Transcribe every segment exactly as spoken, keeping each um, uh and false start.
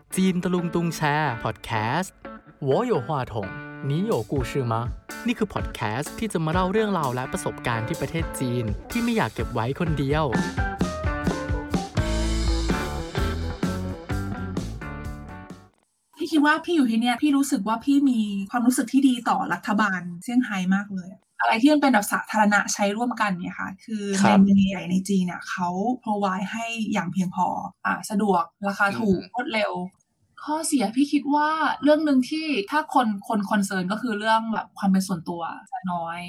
จีนตะลุงตุงแชร์พอดแคสต์我有话筒你有故事吗นี่คือพอดแคสต์ที่จะมาเล่าเรื่องราวและประสบการณ์ที่ประเทศจีนที่ไม่อยากเก็บไว้คนเดียวพี่คิดว่าพี่อยู่ที่เนี่ยพี่รู้สึกว่าพี่มีความรู้สึกที่ดีต่อรัฐบาลเซี่ยงไฮ้มากเลยอะไรที่มันเป็นแบบสาธารณะใช้ร่วมกันเนี่ยค่ะคือในเมืองใหญ่ในจีนเนี่ยเขา provide ให้อย่างเพียงพออ่าสะดวกราคาถูกรวดเร็วข้อเสียพี่คิดว่าเรื่องนึงที่ถ้าคนคนคอนเซิร์นก็คือเรื่องแบบความเป็นส่วนตัวจะน้อย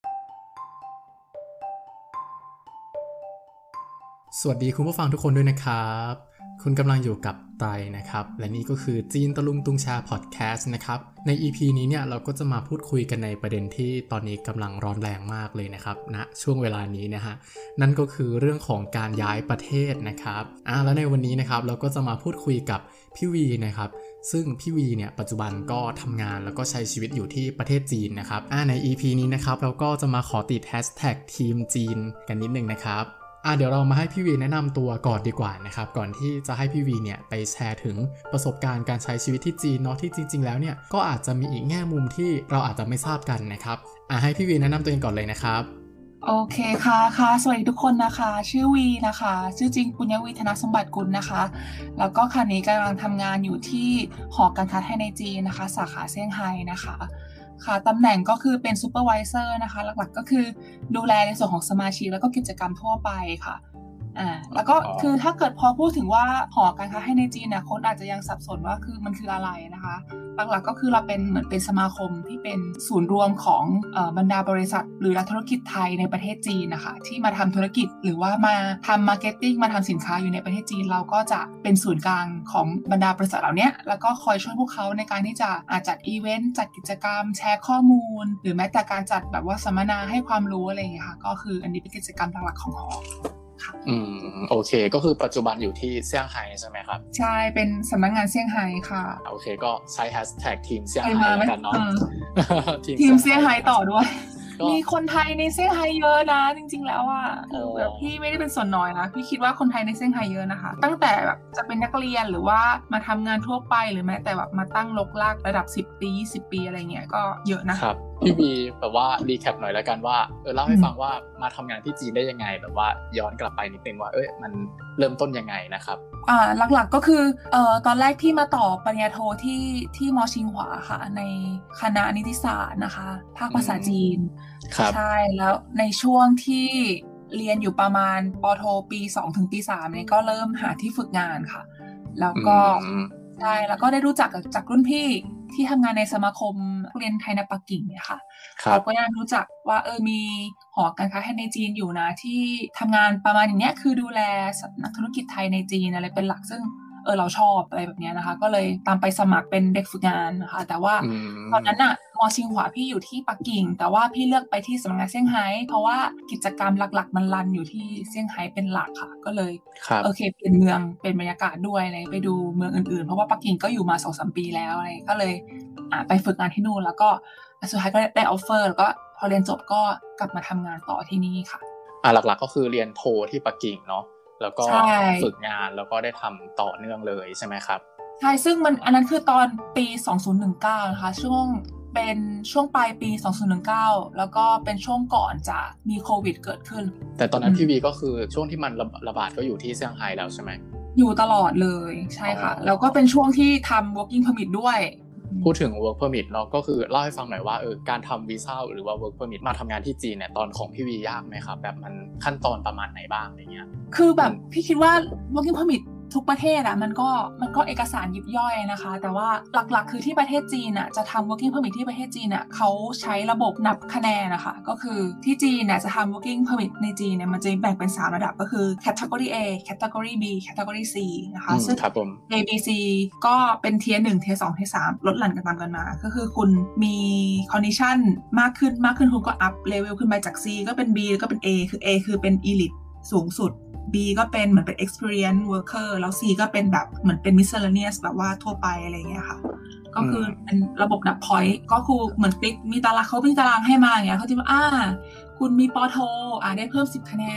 สวัสดีคุณผู้ฟังทุกคนด้วยนะครับคุณกำลังอยู่กับไตรนะครับและนี่ก็คือจีนตะลุงตุงแชร์พอดแคสต์นะครับใน อี พี นี้เนี่ยเราก็จะมาพูดคุยกันในประเด็นที่ตอนนี้กำลังร้อนแรงมากเลยนะครับณนะช่วงเวลานี้นะฮะนั่นก็คือเรื่องของการย้ายประเทศนะครับอ่าแล้วในวันนี้นะครับเราก็จะมาพูดคุยกับพี่วีนะครับซึ่งพี่วีเนี่ยปัจจุบันก็ทำงานแล้วก็ใช้ชีวิตอยู่ที่ประเทศจีนนะครับอ่าใน อี พี นี้นะครับเราก็จะมาขอติดแฮชแท็กทีมจีนกันนิดนึงนะครับอ่ะเดี๋ยวเรามาให้พี่วีแนะนำตัวก่อนดีกว่านะครับก่อนที่จะให้พี่วีเนี่ยไปแชร์ถึงประสบการณ์การใช้ชีวิตที่จีนเนาะที่จริงๆแล้วเนี่ยก็อาจจะมีอีกแง่มุมที่เราอาจจะไม่ทราบกันนะครับอ่ะให้พี่วีแนะนำตัวเองก่อนเลยนะครับโอเคค่ะค่ะสวัสดีทุกคนนะคะชื่อวีนะคะชื่อจริงปุญญวีธนสมบัติกุลนะคะแล้วก็ขณะนี้กำลังทำงานอยู่ที่หอการค้าไทยในจีนนะคะสาขาเซี่ยงไฮ้นะคะค่ะตำแหน่งก็คือเป็นซูเปอร์ไวเซอร์นะคะหลักๆก็คือดูแลในส่วนของสมาชิกแล้วก็กิจกรรมทั่วไปค่ะอ่าแล้วก็คือถ้าเกิดพอพูดถึงว่าหอการค้าไทยในจีนเนี่ยคนอาจจะยังสับสนว่าคือมันคืออะไรนะคะหลักๆก็คือเราเป็นเหมือนเป็นสมาคมที่เป็นศูนย์รวมของเอ่อบรรดาบริษัทหรือนักธุรกิจไทยในประเทศจีนนะคะที่มาทำธุรกิจหรือว่ามาทำมาร์เก็ตติ้งมาทำสินค้าอยู่ในประเทศจีนเราก็จะเป็นศูนย์กลางของบรรดาบริษัทเหล่านี้แล้วก็คอยช่วยพวกเขาในการที่จะอาจจัดอีเวนต์จัดกิจกรรมแชร์ข้อมูลหรือแม้แต่การจัดแบบว่าสัมมนาให้ความรู้อะไรอย่างเงี้ยค่ะก็คืออันนี้เป็นกิจกรรมหลักๆของหออืมโอเคก็คือปัจจุบันอยู่ที่เซี่ยงไฮ้ใช่ไหมครับใช่เป็นสำนักงานเซี่ยงไฮ้ค่ะโอเคก็ใช้แฮชแท็กทีมเซี่ยงไฮ้แล้วกันเนาะทีมเซี่ยงไฮ้ต่อด้วยมีคนไทยในเซี่ยงไฮ้เยอะนะจริงๆแล้วอ่ะคือแบบพี่ไม่ได้เป็นส่วนน้อยนะพี่คิดว่าคนไทยในเซี่ยงไฮ้เยอะนะคะตั้งแต่แบบจะเป็นนักเรียนหรือว่ามาทำงานทั่วไปหรือแม้แต่แบบมาตั้งรกรากระดับสิบปียี่สิบปีอะไรเงี้ยก็เยอะนะครับพี่บีแบบว่ารีแคปหน่อยแล้วกันว่าเออเล่าให้ฟังว่ามาทำงานที่จีนได้ยังไงแบบว่าย้อนกลับไปนิดนึงว่าเอ้ยมันเริ่มต้นยังไงนะครับอ่าหลักๆก็คือเอ่อตอนแรกพี่มาต่อปริญญาโทที่ที่มอชิงหวาค่ะในคณะนิติศาสตร์นะคะภาคภาษาจีนใช่แล้วในช่วงที่เรียนอยู่ประมาณป.โทปีสองถึงปีสามเนี่ยก็เริ่มหาที่ฝึกงานค่ะแล้วก็ใช่แล้วก็ได้รู้จักกับจากรุ่นพี่ที่ทำงานในสมาคมเรียนไทยในปักกิ่งเนี่ยค่ะเขาก็ยังรู้จักว่าเออมีหอการค้าไทยในจีนอยู่นะที่ทำงานประมาณอย่างเนี้ยคือดูแลนักธุรกิจไทยในจีนอะไรเป็นหลักซึ่งเออเราชอบอะไรแบบนี้นะคะก็เลยตามไปสมัครเป็นเด็กฝึกงานนะคะแต่ว่าตอนนั้นอะมอชิงหวาพี่อยู่ที่ปักกิ่งแต่ว่าพี่เลือกไปที่สำนักงานเซี่ยงไฮ้เพราะว่ากิจกรรมหลักๆมันรันอยู่ที่เซี่ยงไฮ้เป็นหลักค่ะก็เลยโอเคเปลี่ยนเมืองเป็นบรรยากาศด้วยอะไรไปดูเมืองอื่นๆเพราะว่าปักกิ่งก็อยู่มา สองถึงสาม ปีแล้วอะไรก็เลยอ่ะไปฝึกงานที่นู่นแล้วก็สุดท้ายก็ได้ออฟเฟอร์แล้วก็พอเรียนจบก็กลับมาทำงานต่อที่นี่ค่ะอ่ะหลักๆก็คือเรียนโทที่ปักกิ่งเนาะแล้วก็ฝึกงานแล้วก็ได้ทำต่อเนื่องเลยใช่ไหมครับใช่ซึ่งมันอันนั้นคือตอนปีสองพันสิบเก้านะคะช่วงเป็นช่วงปลายปีสองพันสิบเก้าแล้วก็เป็นช่วงก่อนจะมีโควิดเกิดขึ้นแต่ตอนนั้นพี่วีก็คือช่วงที่มันระบาดก็อยู่ที่เซี่ยงไฮ้แล้วใช่ไหมอยู่ตลอดเลยใช่ค่ะแล้วก็เป็นช่วงที่ทำ working permit ด้วยพูดถึง work permit เนาะก็คือเล่าให้ฟังหน่อยว่าเออการทำวีซ่าหรือว่า work permit มาทำงานที่จีนเนี่ยตอนของพี่วียากไหมครับแบบมันขั้นตอนประมาณไหนบ้างอะไรเงี้ยคือแบบพี่คิดว่า working permit ทุกประเทศอ่ะมันก็มันก็เอกสารยิบย่อยนะคะแต่ว่าหลักๆคือที่ประเทศจีนอ่ะจะทำ working permit ที่ประเทศจีนอ่ะเขาใช้ระบบนับคะแนนนะคะก็คือที่จีนเนี่ยจะทำ working permit ในจีนเนี่ยมันจะแบ่งเป็นสามระดับก็คือ category A category B category C นะคะซึ่ง A B C ก็เป็น tier หนึ่ง tier สอง tier สามลดหลั่นกันตามกันมาก็คือคุณมี condition มากขึ้นมากขึ้นคุณก็ up level ขึ้นไปจาก C ก็เป็น B แล้วก็เป็น A คือ A คือเป็น elite สูงสุดB ก็เป็นเหมือนเป็น experience worker แล้ว C ก็เป็นแบบเหมือนเป็น miscellaneous แบบว่าทั่วไปอะไรอย่างเงี้ยค่ะก็คือเป็นระบบนับ point ก็คือเหมือนติ๊กมีตารางเขามีตารางให้มาอย่างเงี้ยเขาจะว่าอ่าคุณมีป.โทอ่าได้เพิ่มสิบคะแนน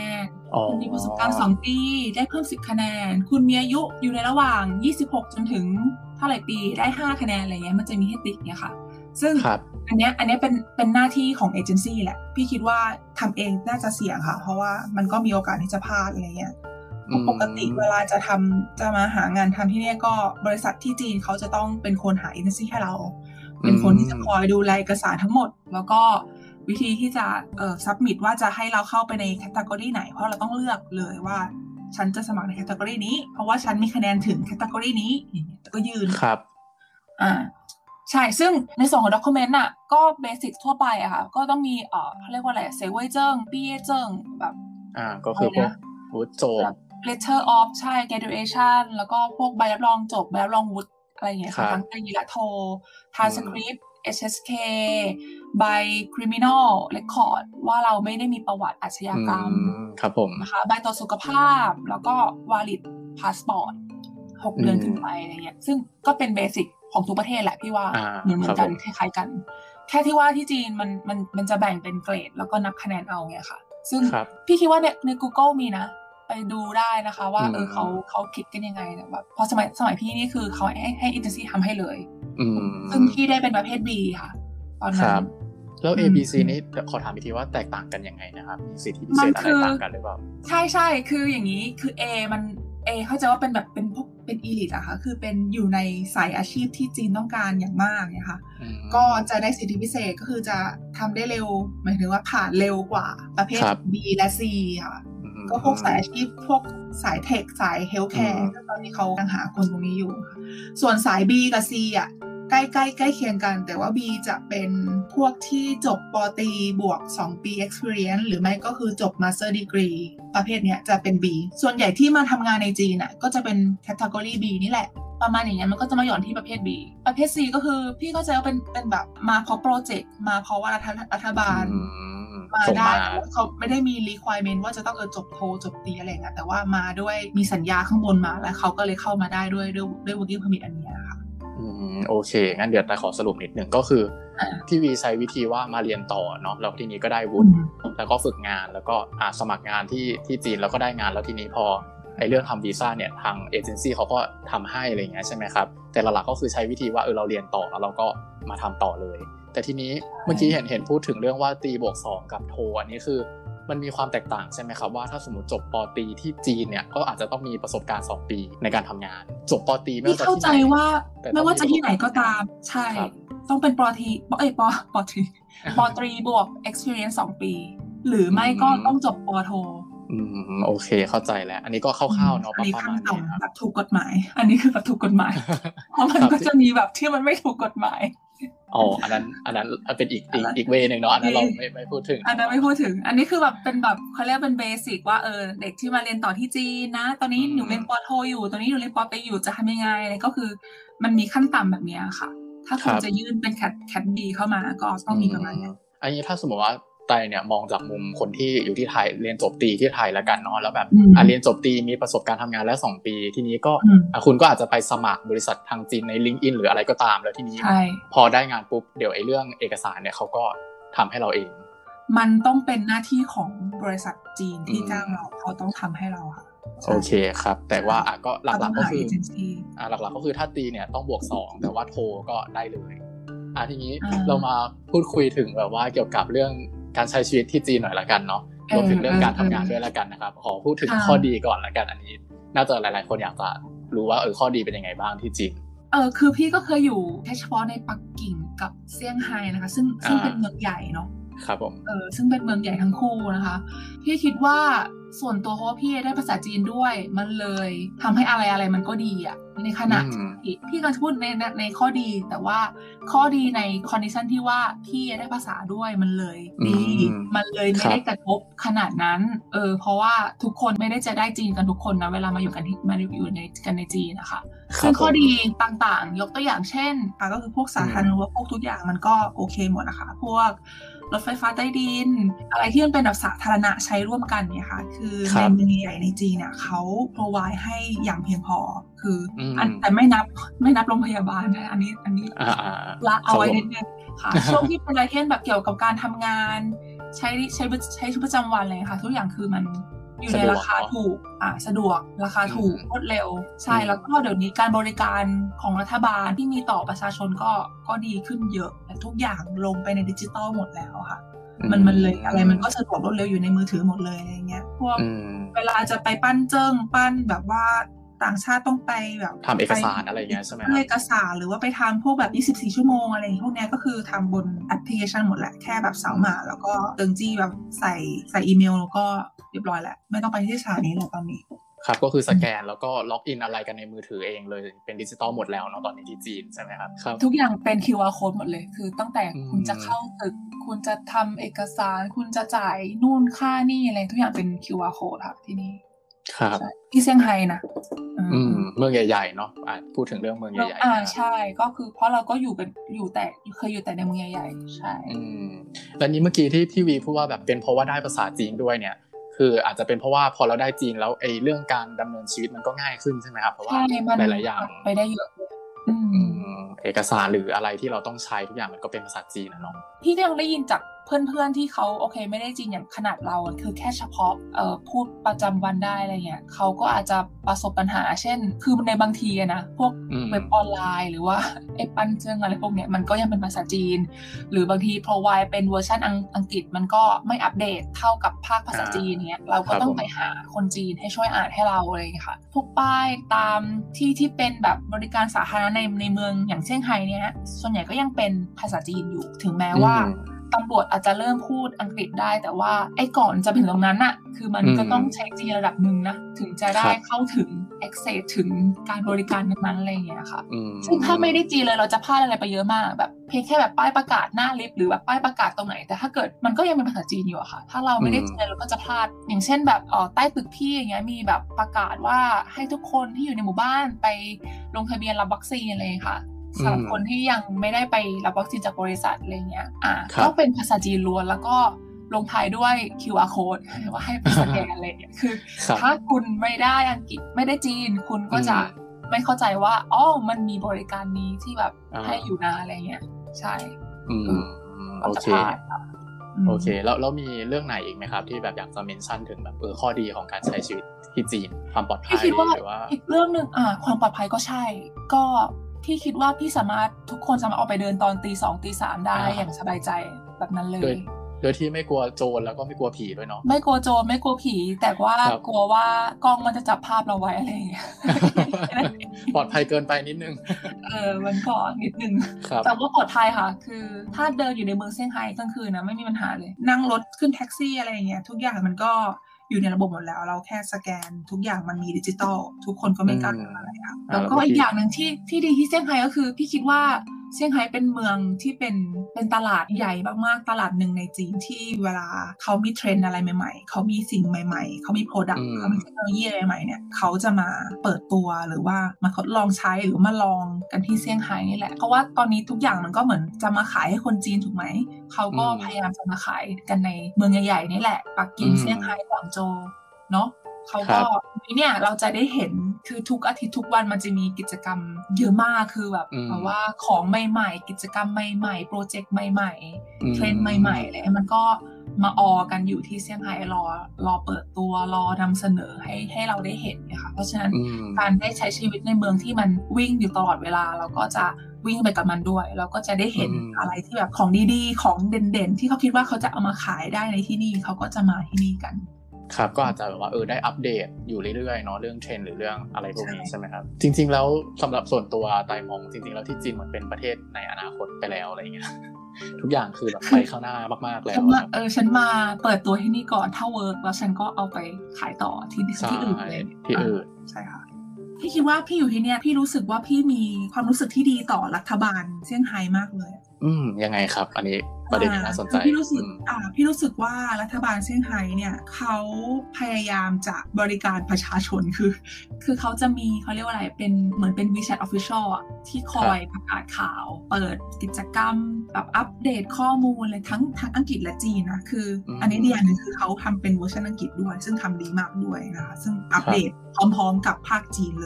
คุณมีประสบการณ์สองปีได้เพิ่มสิบคะแนนคุณมีอายุอยู่ในระหว่างยี่สิบหกจนถึงเท่าไหร่ปีได้ห้าคะแนนอะไรเงี้ยมันจะมีให้ติ๊กเนี่ยค่ะซึ่งอันเนี้ยอันเนี้ยเป็นเป็นหน้าที่ของเอเจนซี่แหละพี่คิดว่าทำเองน่าจะเสี่ยงค่ะเพราะว่ามันก็มีโอกาสที่จะพลาดอะไรเงี้ยปกติเวลาจะทำจะมาหางานทำที่นี่ก็บริษัทที่จีนเขาจะต้องเป็นคนหาเอเจนซี่ให้เราเป็นคนที่จะคอยดูแลเอกสารทั้งหมดแล้วก็วิธีที่จะเอ่อ submit ว่าจะให้เราเข้าไปในแคตตากรีไหนเพราะเราต้องเลือกเลยว่าฉันจะสมัครในแคตตากรีนี้เพราะว่าฉันมีคะแนนถึงแคตตากรีนี้แล้วก็ยื่นครับอ่าใช่ซึ่งในส่วนของ document น่ะก็เบสิกทั่วไปอะค่ะก็ต้องมีเอ่อเขาเรียกว่าอะไรเซเว่ยเจิ้งปี้เย่เจิ้งแบบอ่าก็คือพวกวุฒิจบ letter of ใช่ graduation แล้วก็พวกใบรับรองจบใบรับรองวุฒิอะไรอย่างเงี้ยค่ะทั้งปริญญาโท transcript เอช เอส เค ใบ criminal record ว่าเราไม่ได้มีประวัติอาชญากรรมครับผมนะคะใบตรวจสุขภาพแล้วก็ valid passport หกเดือนขึ้นไปอะไรเงี้ยซึ่งก็เป็นเบสิกของทุกประเทศแหละพี่ว่าเหมือนเหมือนกันคล้ายๆกันแค่ที่ว่าที่จีนมันมันมันจะแบ่งเป็นเกรดแล้วก็นับคะแนนเอาไงค่ะซึ่งพี่คิดว่าในใน Google มีนะไปดูได้นะคะว่าเออเขาเขาคิดกันยังไงแบบพอสมัยสมัยพี่นี่คือเขาให้ให้เอเจนซี่ทำให้เลยซึ่งพี่ได้เป็นประเภท B ค่ะตอนนั้นแล้ว A B C นี้ขอถามอีกทีว่าแตกต่างกันยังไงนะครับมีสิทธิพิเศษอะไรต่างกันหรือเปล่าใช่ใช่คืออย่างนี้คือ A มัน A เข้าใจว่าเป็นแบบเป็นพวกเป็น elite อะค่ะคือเป็นอยู่ในสายอาชีพที่จีนต้องการอย่างมากเนี่ยค่ะก็จะได้สิทธิพิเศษก็คือจะทำได้เร็วหมายถึงว่าผ่านเร็วกว่าประเภท B และ C ค่ะก็พวกสายอาชีพพวกสายเทคสายเฮลท์แคร์ตอนนี้เขากำลังหาคนตรงนี้อยู่ส่วนสาย B กับ C อ่ะใกล้ใกล้ใกล้เคียงกันแต่ว่า B จะเป็นพวกที่จบป.ตรีบวกสองปี experience หรือไม่ก็คือจบ master degree ประเภทเนี้ยจะเป็น B ส่วนใหญ่ที่มาทำงานในจีนน่ะก็จะเป็น category B นี่แหละประมาณอย่างเงี้ยมันก็จะมาหย่อนที่ประเภท B ประเภท C ก็คือพี่ก็จะเป็นเป็นแบบมาเพราะโปรเจกต์มาเพราะว่ารัฐบาลมาได้เขาไม่ได้มี requirement ว่าจะต้องเออจบโทจบตรีอะไรเงี้ยแต่ว่ามาด้วยมีสัญญาข้างบนมาแล้วเขาก็เลยเข้ามาได้ด้วยด้วยด้วย working permit อันนี้ค่ะอืมโอเคงั้นเดี๋ยวแต่ขอสรุปนิดนึงก็คือพี่วีใช้วิธีว่ามาเรียนต่อเนาะแล้วทีนี้ก็ได้วุฒิแล้วก็ฝึกงานแล้วก็อ่าสมัครงานที่ที่จีนแล้วก็ได้งานแล้วทีนี้พอไอ้เรื่องทำวีซ่าเนี่ยทางเอเจนซี่เขาก็ทำให้อะไรเงี้ยใช่ไหมครับแต่หลักๆก็คือใช้วิธีว่าเออเราเรียนต่อแล้วเราก็มาทำต่อเลยแต่ทีนี้เมื่อกี้เห็นเห็นพูดถึงเรื่องว่าตรีบวกสองกับโทอันนี้คือมันมีความแตกต่างใช่ไหมครับว่าถ้าสมมติจบป.ตรีที่จีนเนี่ยก็อาจจะต้องมีประสบการณ์สองปีในการทำงานจบป.ตรีไม่ว่าจะที่ไหนเข้าใจว่าไม่ว่าจะที่ไหนก็ตามใช่ต้องเป็นป.ตรีเอ้ยป.ป.ตรีป.ตรีบวก experience สองปีหรือไม่ก็ต้องจบป.โทอืมโอเคเข้าใจแล้วอันนี้ก็คร่าวๆเนาะประมาณนี้ครับแบบถูกกฎหมายอันนี้คือแบบถูกกฎหมายเพราะมันก็จะมีแบบที่มันไม่ถูกกฎหมายอ๋ออันนั้นอันนั้นเป็นอีกอีกอีกเวนึงเนาะอันนั้นเราไม่ไม่พูดถึงอันนั้นไม่พูดถึงอันนี้คือแบบเป็นแบบเขาเรียกเป็นเบสิกว่าเออเด็กที่มาเรียนต่อที่จีนนะตอนนี้หนูเรียนป.โทอยู่ตอนนี้หนูเรียนป.ตรีอยู่จะทำยังไงอะไรก็คือมันมีขั้นต่ำแบบนี้ค่ะถ้าคุณจะยื่นเป็นแคทแคทบีเข้ามาก็ต้องมีประมาณนี้อันนี้ถ้าสมมติว่าไตเนี่ยมองจากมุมคนที่อยู่ที่ไทยเรียนจบตรีที่ไทยแล้วกันเนาะแล้วแบบอ่ะเรียนจบตรีมีประสบการณ์ทำงานแล้วสองปีทีนี้ก็อ่ะคุณก็อาจจะไปสมัครบริษัททางจีนใน LinkedIn หรืออะไรก็ตามแล้วทีนี้พอได้งานปุ๊บเดี๋ยวไอ้เรื่องเอกสารเนี่ยเขาก็ทำให้เราเองมันต้องเป็นหน้าที่ของบริษัทจีนที่จ้างเราเขาต้องทำให้เราค่ะโอเคครับแต่ว่าอ่ะก็หลักๆก็คืออ่ะหลักๆก็คือถ้าตรีเนี่ยต้องบวกสองแต่ว่าโทก็ได้เลยอ่ะทีนี้เรามาพูดคุยถึงแบบว่าเกี่ยวกับเรื่องการใช้ชีวิตที่จีนหน่อยละกันเนาะรวมถึงเรื่องการทำงานด้วยละกันนะครับขอพูดถึงข้อดีก่อนละกันอันนี้น่าจะหลายๆคนอยากจะรู้ว่าเออข้อดีเป็นยังไงบ้างที่จีนเออคือพี่ก็เคยอยู่แค่เฉพาะในปักกิ่งกับเซี่ยงไฮ้นะคะซึ่งซึ่งเป็นเมืองใหญ่เนาะครับผมเออซึ่งเป็นเมืองใหญ่ทั้งคู่นะคะพี่คิดว่าส่วนตัวเพราะว่าพี่ได้ภาษาจีนด้วยมันเลยทำให้อะไรอะไรมันก็ดีอ่ะในขณะที่พี่กำลังพูดในในข้อดีแต่ว่าข้อดีในคอนดิชันที่ว่าพี่ได้ภาษาด้วยมันเลยดีมันเลยไม่ได้กระทบขนาดนั้นเออเพราะว่าทุกคนไม่ได้จะได้จีนกันทุกคนนะเวลามาอยู่กันที่มาอยู่ในกันในจีนนะคะซึ่งข้อดีต่างๆยกตัวอย่างเช่นก็คือพวกสาธารณูปโภคทุกอย่างมันก็โอเคหมดนะคะพวกรถไฟฟ้าใต้ดินอะไรที่มันเป็นแบบสาธารณะใช้ร่วมกันเนี่ยค่ะคือในเมืองใหญ่ในจีนเนี่ยเขา provide ให้อย่างเพียงพอคืออันแต่ไม่นับไม่นับโรงพยาบาลนะอันนี้อันนี้ละเอาไว้นิดนึงค่ะช่วงที่เป็นอะไรเช่นแบบเกี่ยวกับการทำงานใช้ใช้ใช้ชีวิตประจำวันเลยค่ะทุกอย่างคือมันอยู่ในราคาถูกอ่าสะดวกราคาถูกรวดเร็วใช่แล้วก็เดี๋ยวนี้การบริการของรัฐบาลที่มีต่อประชาชนก็ก็ดีขึ้นเยอะแต่ทุกอย่างลงไปในดิจิตอลหมดแล้วค่ะมันมันเลยอะไรมันก็สะดวกรวดเร็วอยู่ในมือถือหมดเลยอะไรเงี้ยพวกเวลาจะไปปั้นเจิ้งปั้นแบบว่าต่างชาติต้องไปแบบทำเอกสารอะไรอย่างเงี้ยใช่ไหมครับเอกสารหรือว่าไปทำพวกแบบยี่สิบสี่ชั่วโมงอะไรพวกนี้ก็คือทำบนแอปพลิเคชันหมดแหละแค่แบบเสาหมาแล้วก็เติงจี้แบบใส่ใส่อีเมลแล้วก็เรียบร้อยแหละไม่ต้องไปที่สถานีแล้วตอนนี้ครับก็คือสแกนแล้วก็ล็อกอินอะไรกันในมือถือเองเลยเป็นดิจิตอลหมดแล้วเนาะตอนนี้ที่จีนใช่ไหมครับครับทุกอย่างเป็น คิว อาร์ code หมดเลยคือตั้งแต่คุณจะเข้าตึกคุณจะทำเอกสารคุณจะจ่ายนู่นค่านี่อะไรทุกอย่างเป็น คิว อาร์ code ค่ะที่นี่ครับที่เซี่ยงไฮ้นะอืมเมืองใหญ่ๆเนาะอ่ะพูดถึงเรื่องเมืองใหญ่ๆอ่าใช่ก็คือเพราะเราก็อยู่เป็นอยู่แต่เคยอยู่แต่ในเมืองใหญ่ๆใช่อืมแล้วนี้เมื่อกี้ที่ที่วีพูดว่าแบบเป็นเพราะว่าได้ภาษาจีนด้วยเนี่ยคืออาจจะเป็นเพราะว่าพอเราได้จีนแล้วไอ้เรื่องการดำเนินชีวิตมันก็ง่ายขึ้นใช่ไหมครับเพราะว่าหลายๆอย่างไปได้เยอะอืมเอกสารหรืออะไรที่เราต้องใช้ทุกอย่างมันก็เป็นภาษาจีนนะเนาะพี่ก็ยังได้ยินจากเพื่อนๆที่เขาโอเคไม่ได้จีนอย่างขนาดเราคือแค่เฉพาะเอ่อพูดประจำวันได้อะไรเงี้ยเขาก็อาจจะประสบปัญหาเช่นคือในบางทีนะพวกเว็บออนไลน์หรือว่าไอ้ปั้นเจิ้งอะไรพวกเนี้ยมันก็ยังเป็นภาษาจีนหรือบางที provide เป็นเวอร์ชันอังกฤษมันก็ไม่อัปเดตเท่ากับภาคภาษาจีนเนี้ยเราก็ต้องไปหาคนจีนให้ช่วยอ่านให้เราอะไรอย่างเงี้ยค่ะพวกป้ายตามที่ที่เป็นแบบบริการสาธารณะในในเมืองอย่างเซี่ยงไฮ้เนี้ยส่วนใหญ่ก็ยังเป็นภาษาจีนอยู่ถึงแม้ว่าตำรวจอาจจะเริ่มพูดอังกฤษได้แต่ว่าไอ้ก่อนจะถึงตรงนั้นน่ะคือมันก็ต้องใช้จีนระดับหนึ่งนะถึงจะได้เข้าถึง access ถึงการบริการนั้นๆอะไรอย่างเงี้ยค่ะซึ่งถ้าไม่ได้จีนเลยเราจะพลาดอะไรไปเยอะมากแบบเพียงแค่แบบป้ายประกาศหน้าลิฟต์หรือแบบป้ายประกาศตรงไหนแต่ถ้าเกิดมันก็ยังเป็นภาษาจีนอยู่อะค่ะถ้าเราไม่ได้จีนเราก็จะพลาดอย่างเช่นแบบอ๋อใต้ตึกพี่อย่างเงี้ยมีแบบประกาศว่าให้ทุกคนที่อยู่ในหมู่บ้านไปลงทะเบียนรับวัคซีนอะไรค่ะสำหรับคนที่ยังไม่ได้ไปรับวัคซีนจากบริษัทอะไรเงี้ยอ่าก็เป็นภาษาจีนล้วนแล้วก็ลงท้ายด้วย คิว อาร์ code ว่าให้ไปสแกนอะไรเงี้ยคือถ้าคุณไม่ได้อังกฤษไม่ได้จีนคุณก็จะไม่เข้าใจว่าอ๋อมันมีบริการนี้ที่แบบให้อยู่นะอะไรเงี้ยใช่อืมโอเคโอเคแล้วแล้วมีเรื่องไหนอีกไหมครับที่แบบอยากจะเมนชั่นถึงแบบเออข้อดีของการใช้ชีวิตที่จีนความปลอดภัยหรือว่าอีกเรื่องนึงอ่าความปลอดภัยก็ใช่ก็พี่คิดว่าพี่สามารถทุกคนสามารถออกไปเดินตอนตีสองตีสามได้อย่างสบายใจแบบนั้นเลยโดยที่ไม่กลัวโจรแล้วก็ไม่กลัวผีด้วยเนาะไม่กลัวโจรไม่กลัวผีแต่ว่ากลัวว่ากล้องมันจะจับภาพเราไว้อะไรอย่างเงี้ยปลอดภัยเกินไปนิดนึงเออมันก็นิดนึงแต่ว่าปลอดภัยค่ะคือถ้าเดินอยู่ในเมืองเซี่ยงไฮ้กลางคืนนะไม่มีปัญหาเลยนั่งรถขึ้นแท็กซี่อะไรอย่างเงี้ยทุกอย่างมันก็อยู่ในระบบหมดแล้วเราแค่สแกนทุกอย่างมันมีดิจิตอลทุกคนก็ไม่กล้าทำอะไรค่ะแล้วก็อีกอย่างนึงที่ที่ดีที่เซี่ยงไฮ้ก็คือพี่คิดว่าเซี่ยงไฮ้เป็นเมืองที่เป็นเป็นตลาดใหญ่มากๆตลาดหนึ่งในจีนที่เวลาเขามีเทรนด์อะไรใหม่ๆเขามีสิ่งใหม่ๆเขามีโปรดักต์เขามีเทคโนโลยีอะไรใหม่เนี่ยเขาจะมาเปิดตัวหรือว่ามาทดลองใช้หรือมาลองกันที่เซี่ยงไฮ้นี่แหละเพราะว่าตอนนี้ทุกอย่างมันก็เหมือนจะมาขายให้คนจีนถูกไหมเขาก็พยายามจะมาขายกันในเมืองใหญ่ๆนี่แหละปักกิ่งเซี่ยงไฮ้กวางโจวเนาะเขาก็เนี่ยเราจะได้เห็นคือทุกอาทิตย์ทุกวันมันจะมีกิจกรรมเยอะมากคือแบบแบบว่าของใหม่ๆกิจกรรมใหม่ๆโปรเจกต์ใหม่ๆเทรนด์ใหม่ๆอะไรมันก็มาออกันอยู่ที่เซี่ยงไฮ้รอรอเปิดตัวรอนำเสนอให้ให้เราได้เห็นนะคะเพราะฉะนั้นการได้ใช้ชีวิตในเมืองที่มันวิ่งอยู่ตลอดเวลาเราก็จะวิ่งไปกับมันด้วยเราก็จะได้เห็นอะไรที่แบบของดีๆของเด่นๆที่เขาคิดว่าเขาจะเอามาขายได้ในที่นี่เขาก็จะมาที่นี่กันครับก็อาจจะแบบว่าเออได้อัปเดตอยู่เรื่อยๆเนาะเรื่องเทรนด์หรือเรื่องอะไรพวกนี้ใช่ไหมครับจริงๆแล้วสำหรับส่วนตัวไตมองจริงๆแล้วที่จีนเหมือนเป็นประเทศในอนาคตไปแล้วอะไรอย่างเงี้ยทุกอย่างคือแบบไปข้างหน้ามากๆแล้วเออฉันมาเปิดตัวที่นี่ก่อนถ้าเวิร์กแล้วฉันก็เอาไปขายต่อที่ที่อื่นเลยที่อื่นใช่ค่ะพี่คิดว่าพี่อยู่ที่เนี่ยพี่รู้สึกว่าพี่มีความรู้สึกที่ดีต่อรัฐบาลเซี่ยงไฮ้มากเลยอืมยังไงครับอันนี้ประเด็นน่าสนใจพี่รู้สึกอ่าพี่รู้สึกว่ารัฐบาลเซี่ยงไฮ้เนี่ยเขาพยายามจะบริการประชาชนคือคือเขาจะมีเขาเรียกว่าอะไรเป็นเหมือนเป็น WeChat Official อ่ะที่คอยประกาศข่าวเปิดกิจกรรมแบบอัปเดตข้อมูลเลยทั้งทั้งอังกฤษและจีนนะคืออันนี้ดีอย่างนึงคือเขาทำเป็นเวอร์ชันอังกฤษด้วยซึ่งทำดีมากด้วยนะคะซึ่งอัปเดตพร้อมๆกับภาคจีนเลย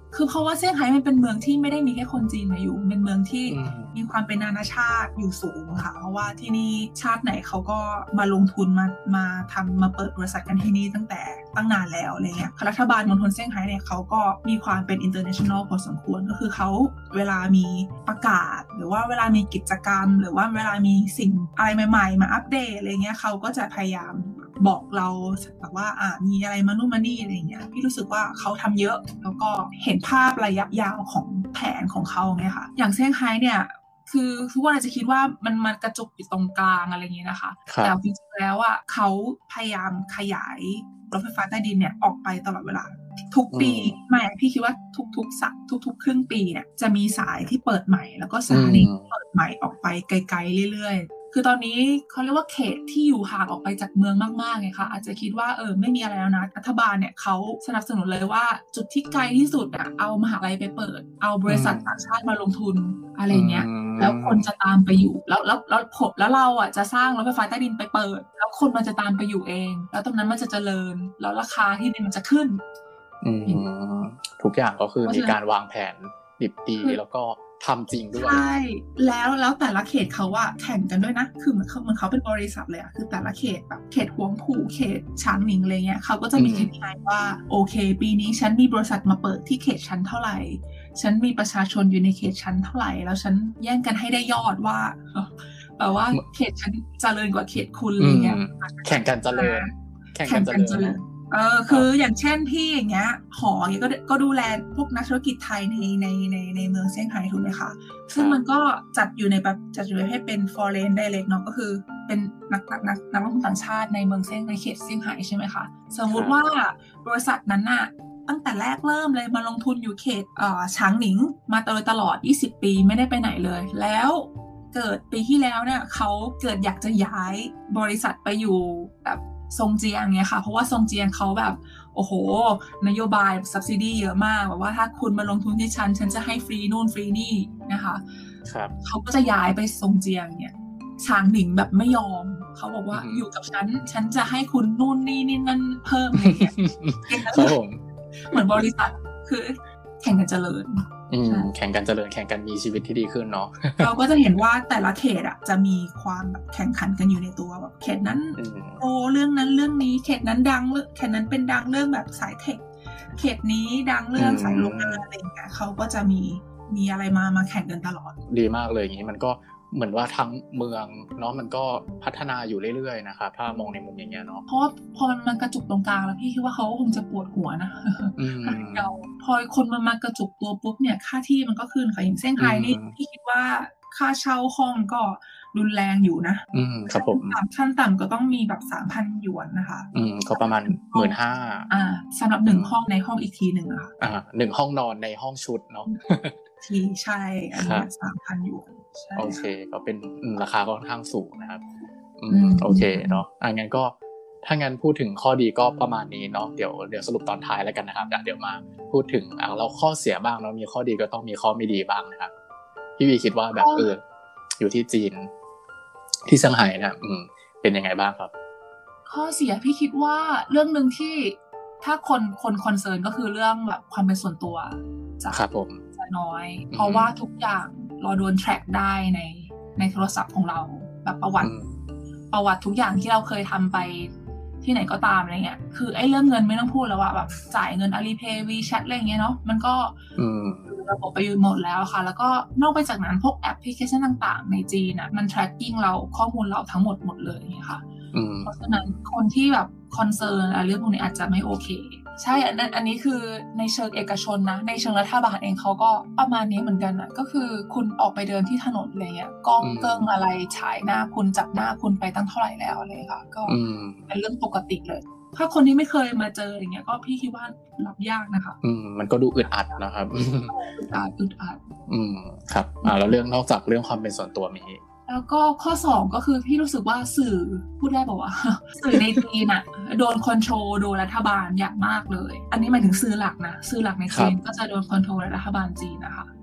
คือเพราะว่าเซี่ยงไฮ้มันเป็นเมืองที่ไม่ได้มีแค่คนจีนมาอยู่เป็นเมืองที่มีความเป็นนานาชาติอยู่สูงค่ะเพราะว่าที่นี่ชาติไหนเขาก็มาลงทุนมามาทำมาเปิดบริษัทกันที่นี่ตั้งแต่ตั้งนานแล้วอะไรเงี้ยรัฐบาลมณฑลเซี่ยงไฮ้เนี่ยเขาก็มีความเป็น international พอสมควรก็คือเขาเวลามีประกาศหรือว่าเวลามีกิจกรรมหรือว่าเวลามีสิ่งอะไรใหม่ๆมาอัปเดตอะไรเงี้ยเขาก็จะพยายามบอกเราแบบว่าอ่ามีอะไรมานู่นมานี่อะไรเงี้ยพี่รู้สึกว่าเขาทำเยอะแล้วก็เห็นภาพระยะยาวของแผนของเขาไงค่ะอย่างเซี่ยงไฮ้เนี่ยคือทุกคนอาจจะคิดว่ามันมันกระจุกอยู่ตรงกลางอะไรเงี้ยนะคะแต่จริงๆแล้วอ่ะเขาพยายามขยายรถไฟฟ้าใต้ดินเนี่ยออกไปตลอดเวลาทุกปีไม่พี่คิดว่าทุกๆสักทุกๆครึ่งปีเนี่ยจะมีสายที่เปิดใหม่แล้วก็สถานีเปิดใหม่ออกไปไกลๆเรื่อยๆคือตอนนี้เขาเรียกว่าเขตที่อยู่ห่างออกไปจากเมืองมากๆไงคะอาจจะคิดว่าเออไม่มีอะไรแล้วนะรัฐบาลเนี่ยเขาสนับสนุนเลยว่าจุดที่ไกลที่สุดอ่ะเอามหาลัยไปเปิดเอาบริษัทต่างชาติมาลงทุนอะไรเงี้ยแล้วคนจะตามไปอยู่แล้วแล้วแล้วผมแล้วเราอ่ะจะสร้างรถไฟฟ้าใต้ดินไปเปิดแล้วคนมันจะตามไปอยู่เองแล้วตรงนั้นมันจะเจริญแล้วราคาที่ดินมันจะขึ้นอืมทุกอย่างก็คือมีการวางแผนดิบดีแล้วก็ทำจริงด้วยใช่แล้วแล้วแต่ละเขตเขาอะแข่งกันด้วยนะคือเหมือนเขาเหมือนเขาเป็นบริษัทเลยอะคือแต่ละเขตแบบเขตหวงผู่เขตช้างหนิงอะไรเงี้ยเขาก็จะมี เค พี ไอ ว่าโอเคปีนี้ฉันมีบริษัทมาเปิดที่เขตชั้นเท่าไหร่ฉันมีประชาชนอยู่ในเขตชั้นเท่าไหร่แล้วฉันแย่งกันให้ได้ยอดว่าแปลว่าเขตชั้นเจริญกว่าเขตคุณอะไรเงี้ยแข่งกันเจริญแข่งกันเจริญเออคืออย่างเช่นพี่อย่างเงี้ยหออย่างเงี้ยก็ก็ดูแลพวกนักธุรกิจไทยในในในในเมืองเซี่ยงไฮ้ถูกไหมคะซึ่งมันก็จัดอยู่ในแบบจัดอยู่ให้เป็น foreign direct เนาะก็คือเป็นนักนักนักนักลงทุนต่างชาติในเมืองเซี่ยงในเขตเซี่ยงไฮ้ใช่ไหมคะสมมุติว่าบริษัทนั้นน่ะตั้งแต่แรกเริ่มเลยมาลงทุนอยู่เขตเอ่อฉางหนิงมาโดยตลอดยี่สิบปีไม่ได้ไปไหนเลยแล้วเกิดปีที่แล้วเนี่ยเขาเกิดอยากจะย้ายบริษัทไปอยู่แบบซงเจียงเนี่ยค่ะเพราะว่าซงเจียงเขาแบบโอ้โหนโยบาย subsidy เยอะมากแบบว่าถ้าคุณมาลงทุนที่ฉันฉันจะให้ฟรีนู่นฟรีนี่นะคะครับเขาก็จะย้ายไปซงเจียงเนี่ยฉางหนิงแบบไม่ยอมเขาบอกว่าอยู่กับฉันฉันจะให้คุณนู่นนี่นี่นั่นเพิ่มอะไรเงี้ยเหมือนบริษัทคือแข่งกันเจริญแข่งกันเจริญแข่งกันมีชีวิตที่ดีขึ้นเนาะเราก็จะเห็นว่าแต่ละเขตอ่ะจะมีความแบบแข่งขันกันอยู่ในตัวแบบเขตนั้นโอ้เรื่องนั้นเรื่องนี้เขตนั้นดังเขตนั้นเป็นดังเรื่องแบบสายเทคเขตนี้ดังเรื่องสายโรงงานอะไรอย่างเงี้ยเขาก็จะมีมีอะไรมามาแข่งกันตลอดดีมากเลยอย่างนี้มันก็เหมือนว่าทั้งเมืองเนาะมันก็พัฒนาอยู่เรื่อยๆนะครับถ้ามองในมุมอย่างเงี้ยเนาะเพราะพอมันมันกระจุกตรงกลางแล้วพี่คิดว่าเขาคงจะปวดหัวนะเราพอคนมันมากระจุกตัวปุ๊บเนี่ยค่าที่มันก็ขึ้นค่ะอย่างเซี่ยงไฮ้นี่พี่คิดว่าค่าเช่าห้องก็รุนแรงอยู่นะอืมครับผมขั้นต่ำก็ต้องมีแบบ สามพัน หยวนนะคะอืมก็ประมาณ หนึ่งหมื่นห้าพันอ่าสำหรับหนึ่งห้องในห้องอีกทีนึงอะค่ะอ่าหนึ่งห้องนอนในห้องชุดเนาะทีใช่อันนี้ สามพัน หยวนโอเคก็เป็นราคาค่อนข้างสูงนะครับอืมโอเคเนาะอ่ะงั้นก็ถ้างั้นพูดถึงข้อดีก็ประมาณนี้เนาะเดี๋ยวเดี๋ยวสรุปตอนท้ายแล้วกันนะครับเดี๋ยวมาพูดถึงอ่ะเราข้อเสียบ้างเนาะมีข้อดีก็ต้องมีข้อไม่ดีบ้างนะครับพี่วีคิดว่าแบบเอออยู่ที่จีนที่เซี่ยงไฮ้นะอืมเป็นยังไงบ้างครับข้อเสียพี่คิดว่าเรื่องนึงที่ถ้าคนคนคอนเซิร์นก็คือเรื่องแบบความเป็นส่วนตัวจะครับผมจะน้อยเพราะว่าทุกอย่างเราโดนแทร็กได้ในในโทรศัพท์ของเราแบบประวัติประวัติทุกอย่างที่เราเคยทำไปที่ไหนก็ตามอะไรเงี้ยคือไอ้เรื่องเงินไม่ต้องพูดแล้วว่าแบบจ่ายเงิน Alipay WeChat อะไรเงี้ยเนาะมันก็ระบบไปอยู่หมดแล้วค่ะแล้วก็นอกไปจากนั้นพวกแอปพลิเคชันต่างๆในจีนน่ะมัน tracking เราข้อมูลเราทั้งหมดหมดเลยอย่างเงี้ยค่ะเพราะฉะนั้นคนที่แบบคอนเซิร์นอะไรเรื่องพวกนี้อาจจะไม่โอเคใช่อันนั้นอันนี้คือในเชิงเอกชนนะในเชิงรัฐบาลเองเขาก็ประมาณนี้เหมือนกันนะก็คือคุณออกไปเดินที่ถนนอะไรเงี้ยกล้องเกิ้งอะไรฉายหน้าคุณจับหน้าคุณไปตั้งเท่าไหร่แล้วอะไรค่ะก็เป็นเรื่องปกติเลยถ้าคนที่ไม่เคยมาเจออย่างเงี้ยก็พี่คิดว่ารับยากนะคะอืมมันก็ดูอึดอัดนะครับอึดอัดอึดอัดอืมครับอ่าแล้วเรื่องนอกจากเรื่องความเป็นส่วนตัวมีแล้วก็ข้อสองก็คือพี่รู้สึกว่าสื่อพูดได้ป่าวว่าสื่อในจีนอะโดนคอนโทรลโดยรัฐบาลอย่างมากเลยอันนี้หมายถึงสื่อหลักนะสื่อหลักในจีนก็จะโดนคอนโทรลโดยรัฐบาลจีนนะคะ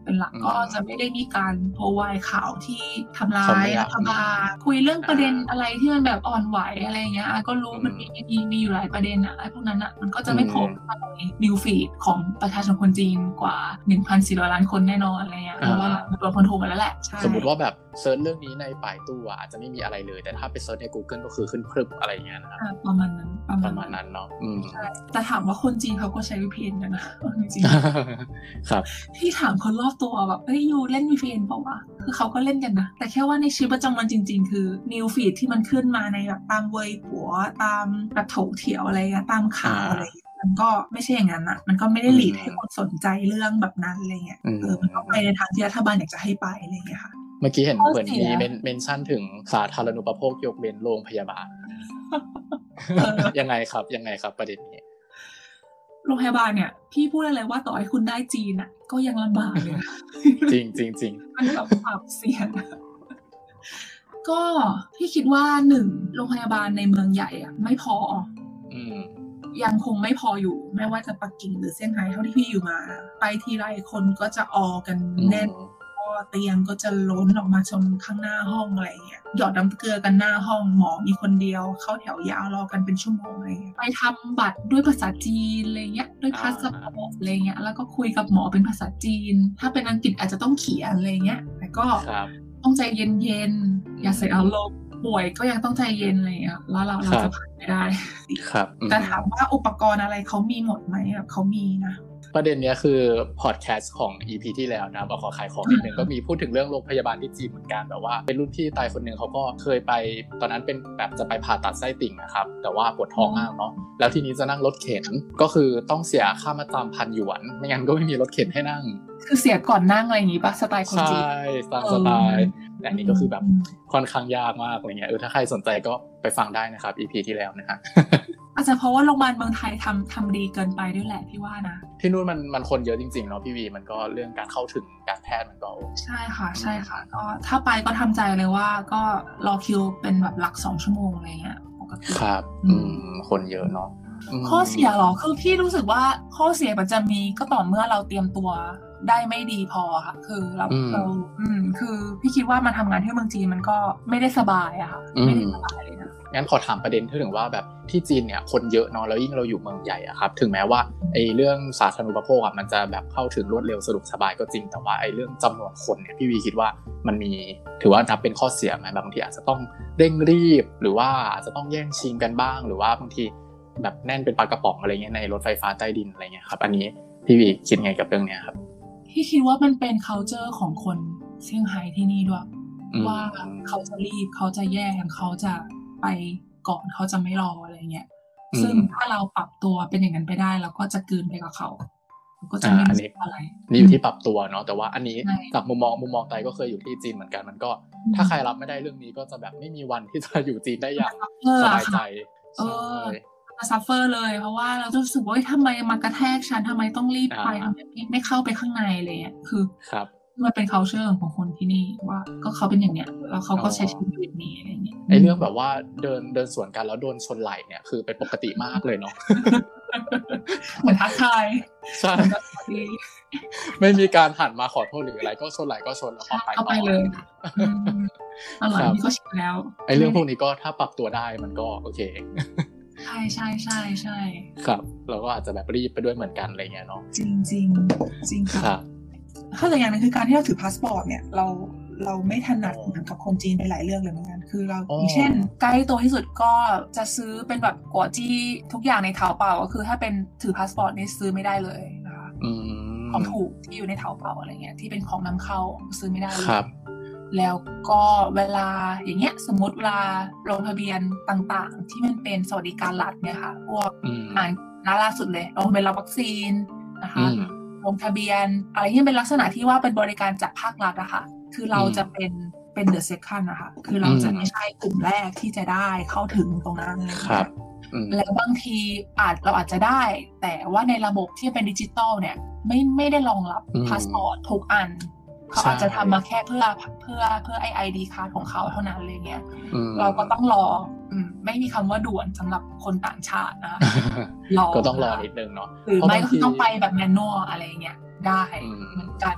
เป็นหลักก็จะไม่ได้มีการโพสต์วายข่าวที่ทำร้ายรัฐบาลคุยเรื่องประเด็นอะไรที่มันแบบอ่อนไหวอะไรเงี้ยก็รู้มันมีมีมีอยู่หลายประเด็นอะไอ้พวกนั้นอะมันก็จะไม่โผล่มาในนิวฟีดของประชาชนคนจีนกว่า หนึ่งพันสี่ร้อย ล้านคนแน่นอนอะไรเงี้ยเพราะว่าโดนคนโทรมาแล้วแหละสมมุติว่าแบบเซิร์ชเรื่องนี้ในป่ายตู้อาจจะไม่มีอะไรเลยแต่ถ้าไปเซิร์ชใน Google ก็คือขึ้นพรึบอะไรอย่างเงี้ยนะครับประมาณนั้นประมาณนั้นเนาะอืมแต่ถามว่าคนจีนเขาก็ใช้ วี พี เอ็น กันนะจริงๆครับที่ถามคนรอบตัวแบบเอ้ยยูเล่น วี พี เอ็น เปล่าวะคือเขาก็เล่นกันนะแต่แค่ว่าในชีวิตประจำวันจริงๆคือนิวฟีดที่มันขึ้นมาในแบบตามเวยปัวตามแบบโถเถียวอะไรอะตามข่าวอะไรมันก็ไม่ใช่อย่างนั้นอ่ะมันก็ไม่ได้หลีดให้คนสนใจเรื่องแบบนั้นอะไรเงี้ยเออมันก็ไปในทางที่รัฐบาลอยากจะให้ไปอะไรเงี้ยค่ะเมื่อกี้เห็นเหมือนมีเมนชั่นถึงสาธารณูปโภคยกเว้นโรงพยาบาลยังไงครับยังไงครับประเด็นนี้โรงพยาบาลเนี่ยพี่พูดอะไรว่าต่อให้คุณได้จีนอ่ะก็ยังลำบากเลยจริงจริงจริงมันแบบปรับเสียงก็พี่คิดว่าหนึ่งโรงพยาบาลในเมืองใหญ่อ่ะไม่พออืมยังคงไม่พออยู่ไม่ว่าจะปักกิ่งหรือเซี่ยงไฮ้เท่าที่พี่อยู่มาไปทีไรคนก็จะออกันแน่นเตียงก็จะล้นออกมาชนข้างหน้าห้องอะไรเงี้ยหยอดน้ำเกลือกันหน้าห้องหมอมีคนเดียวเข้าแถวยาวรอกันเป็นชั่วโมงอะไรเงี้ยไปทำบัตรด้วยภาษาจีนอะไรเงี้ยด้วยพาสปอร์ตอะไรเงี้ยแล้วก็คุยกับหมอเป็นภาษาจีนถ้าเป็นอังกฤษอาจจะต้องเขียนอะไรเงี้ยแต่ก็ต้องใจเย็นๆอย่าใส่อารมณ์ป่วยก็ยังต้องใจเย็นอะไรเงี้ยแล้วเราเราจะผ่านไม่ได้ครับแต่ถามว่าอุปกรณ์อะไรเขามีหมดไหมแบบเขามีนะประเด็นนี้คือพอดแคสต์ของ อี พี ที่แล้วนะขอขายของนิดนึงก็มีพูดถึงเรื่องโรงพยาบาลที่จีนเหมือนกันแบบว่าเป็นรุ่นพี่ตายคนนึงเขาก็เคยไปตอนนั้นเป็นแบบจะไปผ่าตัดไส้ติ่งนะครับแต่ว่าปวดท้องมากเนาะแล้วทีนี้จะนั่งรถเข็นก็คือต้องเสียค่ามาจำพันหยวนไม่งั้นก็ไม่มีรถเข็นให้นั่งคือเสียก่อนนั่งอะไรอย่างงี้ป่ะสไตล์คนจีนใช่ตามสไตล์แต่อันนี้ก็คือแบบค่อนข้างยากมากอะไรเงี้ยเออถ้าใครสนใจก็ไปฟังได้นะครับ อี พี ที่แล้วนะฮะอาจจะเพราะว่าโรงพยาบาลเมืองไทยทำทำดีเกินไปด้วยแหละพี่ว่านะที่นู่นมันมันคนเยอะจริงๆเนาะพี่วีมันก็เรื่องการเข้าถึงการแพทย์มันก็ใช่ค่ะใช่ค่ะก็ถ้าไปก็ทำใจเลยว่าก็รอคิวเป็นแบบหลักสองชั่วโมงอะไรเงี้ยปกติครับอืมคนเยอะเนาะข้อเสียหรอคือพี่รู้สึกว่าข้อเสียมันจะมีก็ต่อเมื่อเราเตรียมตัวได้ไม่ดีพอค่ะคือเราเราอืมคือพี่คิดว่ามาทำงานที่เมืองจีนมันก็ไม่ได้สบายอะค่ะไม่ได้สบายเลยนะงั้นขอถามประเด็นถึงว่าแบบที่จีนเนี่ยคนเยอะเนาะแล้วยิ่งเราอยู่เมืองใหญ่อะครับถึงแม้ว่าไอ้เรื่องสาธารณูปโภคอะมันจะแบบเข้าถึงรวดเร็วสะดวกสบายก็จริงแต่ว่าไอ้เรื่องจำนวนคนเนี่ยพี่วีคิดว่ามันมีถือว่านับเป็นข้อเสียไหมบางทีอาจจะต้องเร่งรีบหรือว่าอาจจะต้องแย่งชิงกันบ้างหรือว่าบางทีแบบแน่นเป็นปลากระป๋องอะไรเงี้ยในรถไฟฟ้าใต้ดินอะไรเงี้ยครับอันนี้พี่วีคิดไงกับเรื่องเนี้ยครับพี่คิดว่ามันเป็น culture ของคนเซี่ยงไฮ้ที่นี่ด้วยว่าเขาจะรีบเขาจะแย่งเขาจะไปก่อนเขาจะไม่รออะไรเงี้ยซึ่งถ้าเราปรับตัวเป็นอย่างนั้นไปได้เราก็จะกลืนไปกับเขาก็จะไม่มีอะไรนี่อยู่ที่ปรับตัวเนาะแต่ว่าอันนี้จากมุมมองมุมมองไต้ก็เคยอยู่ที่จีนเหมือนกันมันก็ถ้าใครรับไม่ได้เรื่องนี้ก็จะแบบไม่มีวันที่จะอยู่จีนได้อย่างสบายใจใช่มาซัฟเฟอร์เลยเพราะว่าเราจะรู้สึกว่าทำไมมากระแทกฉันทำไมต้องรีบไปทำไมไม่เข้าไปข้างในอะไรเงี้ยคือมันเป็น culture ของคนที่นี่ว่าก็เขาเป็นอย่างเนี้ยแล้วเขาก็ใช้ชีวิตแบบนี้อะไรเงี้ยไอ้เรื่องแบบว่าเดินเดินสวนกันแล้วโดนชนไหล่เนี่ยคือเป็นปกติมากเลยเนาะเหมือนทักทายใช่ไม่มีการหันมาขอโทษหรืออะไรก็ชนไหล่ก็ชนแล้วก็ไปต่อไปเลยอร่อยนี่ก็ชินแล้วไอ้เรื่องพวกนี้ก็ถ้าปรับตัวได้มันก็โอเคใช่ใช่ใช่ใช่ครับเราก็อาจจะแบบรีบไปด้วยเหมือนกันอะไรเงี้ยเนาะจริงจริงจริงค่ะถ้าแต่อย่างนึงคือการที่เราถือพาสปอร์ตเนี่ยเราเราไม่ถนัดเหมือนกับคนจีนไปหลายเรื่องเลยเหมือนกันคือเราอย่างเช่นใกล้ตัวที่สุดก็จะซื้อเป็นแบบกัวจี้ทุกอย่างในเถาเป่าก็คือถ้าเป็นถือพาสปอร์ตนี่ซื้อไม่ได้เลยนะคะของถูกที่อยู่ในเถาเป่าอะไรเงี้ยที่เป็นของนำเข้าซื้อไม่ได้เลยแล้วก็เวลาอย่างเงี้ยสมมติเวลาลงทะเบียนต่างๆที่มันเป็นสวัสดิการรัฐเนี่ยค่ะพวกอ่านล่าสุดเลยลงทะเบียนรับวัคซีนนะคะลงทะเบียนอะไรที่เป็นลักษณะที่ว่าเป็นบริการจากภาครัฐอะค่ะคือเราจะเป็นเป็นเดอะเซคันด์นะคะคือเราจะไม่ใช่กลุ่มแรกที่จะได้เข้าถึงตรงนั้นเลยครับแล้วบางทีอาจเราอาจจะได้แต่ว่าในระบบที่เป็นดิจิตอลเนี่ยไม่ไม่ได้รองรับพาสปอร์ตทุกอันเขาอาจจะทำมาแค่เพื่อเพื่อเพื่อไอไอดีคาร์ดของเขาเท่านั้นเลยเงี้ยเราก็ต้องรอไม่มีคำว่าด่วนสำหรับคนต่างชาตินะรอก็ต้องรอนิดนึงเนาะหรือไม่ก็คือต้องไปแบบแมนนวลอะไรเงี้ยได้เหมือนกัน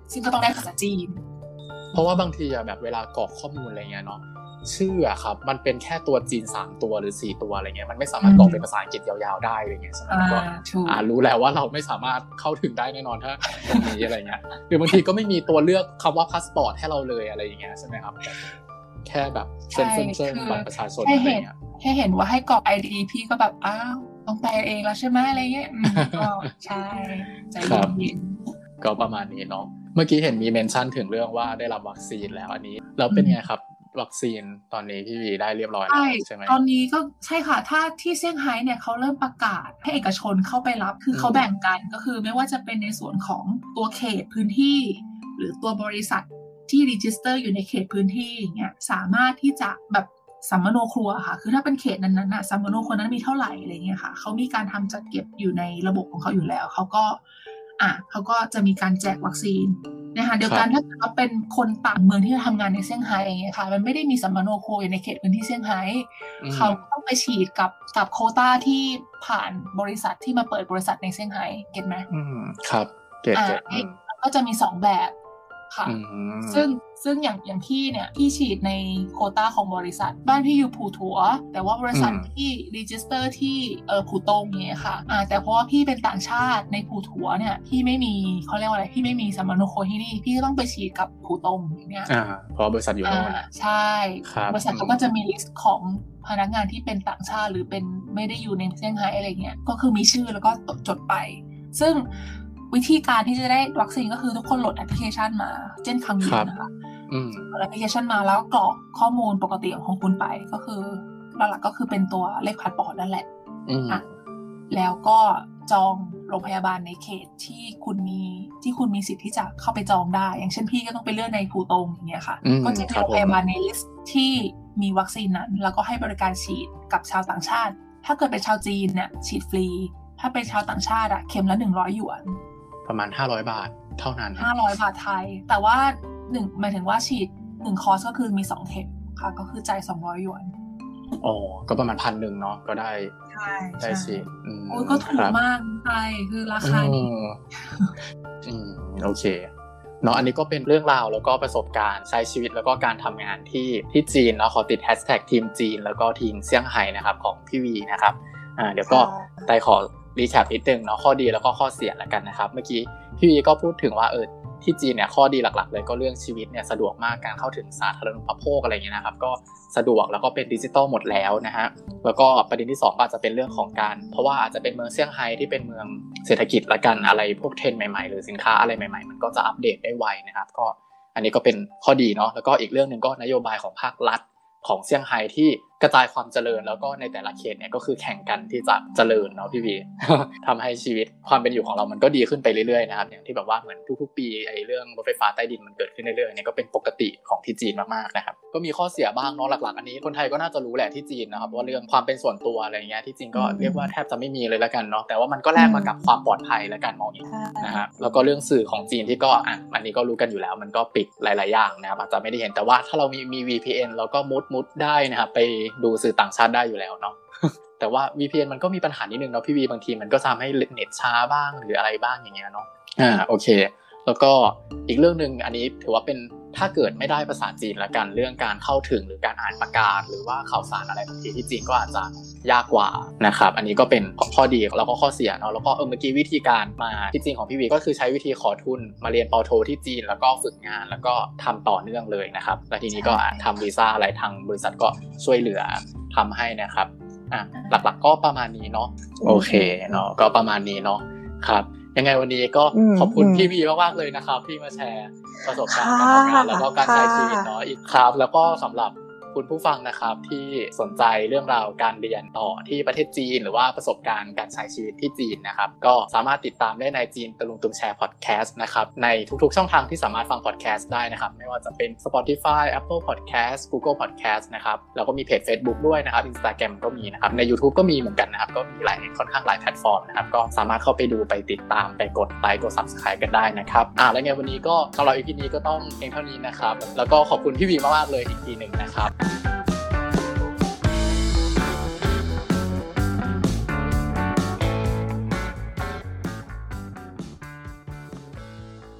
ซึ่งก็ต้องได้ภาษาจีนเพราะว่าบางทีอะแบบเวลากรอกข้อมูลอะไรเงี้ยเนาะชื่ออะครับมันเป็นแค่ตัวจีนสามตัวหรือสี่ตัวอะไรเงี้ยมันไม่สามารถกรอกเป็นภาษาอังกฤษยาวๆได้อะไรเงี้ยใช่มั้ยก็อ่ารู้แล้วว่าเราไม่สามารถเข้าถึงได้แน่นอนถ้าตรงนี้อะไรเงี้ยหรือบางทีก็ไม่มีตัวเลือกคำว่าพาสปอร์ตให้เราเลยอะไรอย่างเงี้ยใช่มั้ยครับแค่แบบเซ็นเซ็นบัตรประชาชนอะไรเงี้ยแค่เห็นว่าให้กรอก ไอ ดี พี่ก็แบบอ้าวต้องแปลเองแล้วใช่มั้ยอะไรเงี้ยก็ใช่ใจเย็นๆก็ประมาณนี้เนาะเมื่อกี้เห็นมีเมนชั่นถึงเรื่องว่าได้รับวัคซีนแล้วอันนี้แล้วเป็นไงครับวัคซีนตอนนี้พี่วีได้เรียบร้อยแล้วใช่ไหมตอนนี้ก็ใช่ค่ะถ้าที่เซี่ยงไฮ้เนี่ยเขาเริ่มประกาศให้เอกชนเข้าไปรับคือเขาแบ่งกันก็คือไม่ว่าจะเป็นในส่วนของตัวเขตพื้นที่หรือตัวบริษัทที่รีจิสเตอร์อยู่ในเขตพื้นที่เนี่ยสามารถที่จะแบบสัมมโนครัวค่ะคือถ้าเป็นเขตนั้นๆน่ะสัมมโนครัวนั้นมีเท่าไหร่อะไรเงี้ยค่ะเขามีการทำจัดเก็บอยู่ในระบบของเขาอยู่แล้วเขาก็อ่ะเขาก็จะมีการแจกวัคซีนนะคะเดียวกันถ้าเขาเป็นคนต่างเมืองที่ทำงานในเซี่ยงไฮ้อย่างเงี้ยค่ะมันไม่ได้มีสัมมโนครัวอยู่ในเขตพื้นที่เซี่ยงไฮ้เขาต้องไปฉีดกับกับโควต้าที่ผ่านบริษัทที่มาเปิดบริษัทในเซี่ยงไฮ้เก็ทไหมอืมครับเก็ทเก็ทก็จะมีสองแบบค่ะซึ่งซึ่งอย่างอย่างพี่เนี่ยพี่ฉีดในโควต้าของบริษัทบ้านพี่อยู่ผู่ถัวแต่ว่าบริษัทที่รีจิสเตอร์ที่เออผู่ตงเงี้ยค่ะอ่าแต่เพราะว่าพี่เป็นต่างชาติในผู่ถัวเนี่ยพี่ไม่มีเขาเรียกว่าอะไรพี่ไม่มีสัมมโนครัวที่นี่พี่ก็ต้องไปฉีดกับผู่ตงอย่างเงี้ยอ่าเพราะบริษัทอยู่โน่นใช่บริษัทเขาก็จะมีลิสต์ของพนักงานที่เป็นต่างชาติหรือเป็นไม่ได้อยู่ในเซี่ยงไฮ้อะไรเงี้ยก็คือมีชื่อแล้วก็จดไปซึ่งวิธีการที่จะได้วัคซีนก็คือทุกคนโหลดแอปพลิเคชันมาเช่นครั้งนี้นะคะโหลดแอปพลิเคชันมาแล้วกรอกข้อมูลปกติของคุณไปก็คือหลักๆก็คือเป็นตัวเลขพาสปอร์ตนั่นแหละอ่ะแล้วก็จองโรงพยาบาลในเขตที่คุณมีที่คุณมีสิทธิ์ที่จะเข้าไปจองได้อย่างเช่นพี่ก็ต้องไปเลือกในผู่ตงอย่างเงี้ยค่ะก็จะมีโรงพยาบาลในลิสต์ที่มีวัคซีนนั้นแล้วก็ให้บริการฉีดกับชาวต่างชาติถ้าเกิดเป็นชาวจีนเนี่ยฉีดฟรีถ้าเป็นชาวต่างชาติอะเข็มละหนึ่งร้อยหยวนประมาณห้าร้อยบาทเท่านั้นห้าร้อยบาทไทยแต่ว่าหนึ่งหมายถึงว่าฉีดหนึ่งคอร์สก็คือมีสองเข็มค่ะก็คือจ่ายสองร้อยหยวนอ๋อก็ประมาณ หนึ่งพัน เนาะก็ได้ใช่ได้ฉีดอืมโอ้ก็ถูกมากใช่คือราคาดีอืมโอเคเนาะอันนี้ก็เป็นเรื่องราวแล้วก็ประสบการณ์ใช้ชีวิตแล้วก็การทำงานที่ที่จีนเนาะขอติดแฮชแท็กทีมจีนแล้วก็ทีมเซี่ยงไฮ้นะครับของพี่วีนะครับอ่าเดี๋ยวก็ไต้ขอรีแคปนิดนึงเนาะข้อดีแล้วก็ข้อเสียแล้วกันนะครับเมื่อกี้พี่วีก็พูดถึงว่าเออที่จีนเนี่ยข้อดีหลักๆเลยก็เรื่องชีวิตเนี่ยสะดวกมากการเข้าถึงสาธารณูปโภคอะไรอย่างเงี้ยนะครับก็สะดวกแล้วก็เป็นดิจิตอลหมดแล้วนะฮะแล้วก็ประเด็นที่สองก็อาจจะเป็นเรื่องของการเพราะว่าอาจจะเป็นเมืองเซี่ยงไฮ้ที่เป็นเมืองเศรษฐกิจละกันอะไรพวกเทรนด์ใหม่ๆหรือสินค้าอะไรใหม่ๆมันก็จะอัปเดตได้ไวนะครับก็อันนี้ก็เป็นข้อดีเนาะแล้วก็อีกเรื่องนึงก็นโยบายของภาครัฐของเซี่ยงไฮ้ที่กระจายความเจริญแล้วก็ในแต่ละเขตเนี่ยก็คือแข่งกันที่จะเจริญเนาะพี่วี ทำให้ชีวิตความเป็นอยู่ของเรามันก็ดีขึ้นไปเรื่อยๆนะครับอย่างที่แบบว่าเหมือนทุกๆปีไอ้เรื่องรถไฟฟ้าใต้ดินมันเกิดขึ้นเรื่อยๆเนี่ยก็เป็นปกติของที่จีนมากๆนะครับก็มีข้อเสียบ้างเนาะหลักๆอันนี้คนไทยก็น่าจะรู้แหละที่จีนนะครับว่าเรื่องความเป็นส่วนตัวอะไรเงี้ยที่จีนก็เรียกว่าแทบจะไม่มีเลยละกันเนาะแต่ว่ามันก็แลกมากับความปลอดภัยและการมองอย่างนะฮะแล้วก็เรื่องสื่อของจีนที่ก็อ่ะอันนี้ก็รู้กันอยู่แล้วมันก็ปิดหลายๆอย่างนะครับอาจจะไม่ได้เห็นแต่ว่าถ้าเรามีมี วี พี เอ็น เราก็มุดมุดได้นะครับไปดูสื่อต่างชาติได้อยู่แล้วเนาะ แต่ว่า วี พี เอ็น มันก็มีปัญหานิดนึงเนาะพี่วีบางทีมันก็ทำให้เน็ตช้าบ้างหรืออะไรบ้างอย่างเงี้ยเนาะอ่าโอเคแล้วก็อีกเรื่องนึงอันนี้ถือว่าเป็นถ้าเกิดไม่ได้ภาษาจีนละกันเรื่องการเข้าถึงหรือการอ่านประกาศหรือว่าข่าวสารอะไรบางทีที่จีนก็อาจจะยากกว่านะครับอันนี้ก็เป็นข้อดีแล้วก็ข้อเสียเนาะแล้วก็เออเมื่อกี้วิธีการมาที่จริงของพี่วีก็คือใช้วิธีขอทุนมาเรียนป.โทที่จีนแล้วก็ฝึกงานแล้วก็ทำต่อเนื่องเลยนะครับแล้วทีนี้ก็ทำวีซ่าอะไรทางบริษัทก็ช่วยเหลือทำให้นะครับอ่ะหลักๆก็ประมาณนี้เนาะโอเคเนาะก็ประมาณนี้เนาะครับยังไงวันนี้ก็ขอบคุณพี่วีมากๆเลยนะครับที่มาแชร์ประสบการณ์การทำงานแล้วก็การใช้ชีวิตเนาะอีกครับแล้วก็สำหรับคุณผู้ฟังนะครับที่สนใจเรื่องราวการเรียนต่อที่ประเทศจีนหรือว่าประสบการณ์การใช้ชีวิตที่จีนนะครับก็สามารถติดตามได้ในจีนตะลุงตุงแชร์พอดแคสต์นะครับในทุกๆช่องทางที่สามารถฟังพอดแคสต์ได้นะครับไม่ว่าจะเป็น Spotify Apple Podcast Google Podcast นะครับแล้วก็มีเพจ Facebook ด้วยนะครับ Instagram ก็มีนะครับใน YouTube ก็มีเหมือนกันนะครับก็มีหลายค่อนข้างหลายแพลตฟอร์มนะครับก็สามารถเข้าไปดูไปติดตามไปกดไลค์กด Subscribe กันได้นะครับอ่าแล้วไงวันนี้ก็สำหรับ อี พี นี้ก็ต้องเพียงเท่านี้นะครับแล้วก็ขอบคุณพี่วีมากๆเลยอีกทีนึงนะครับ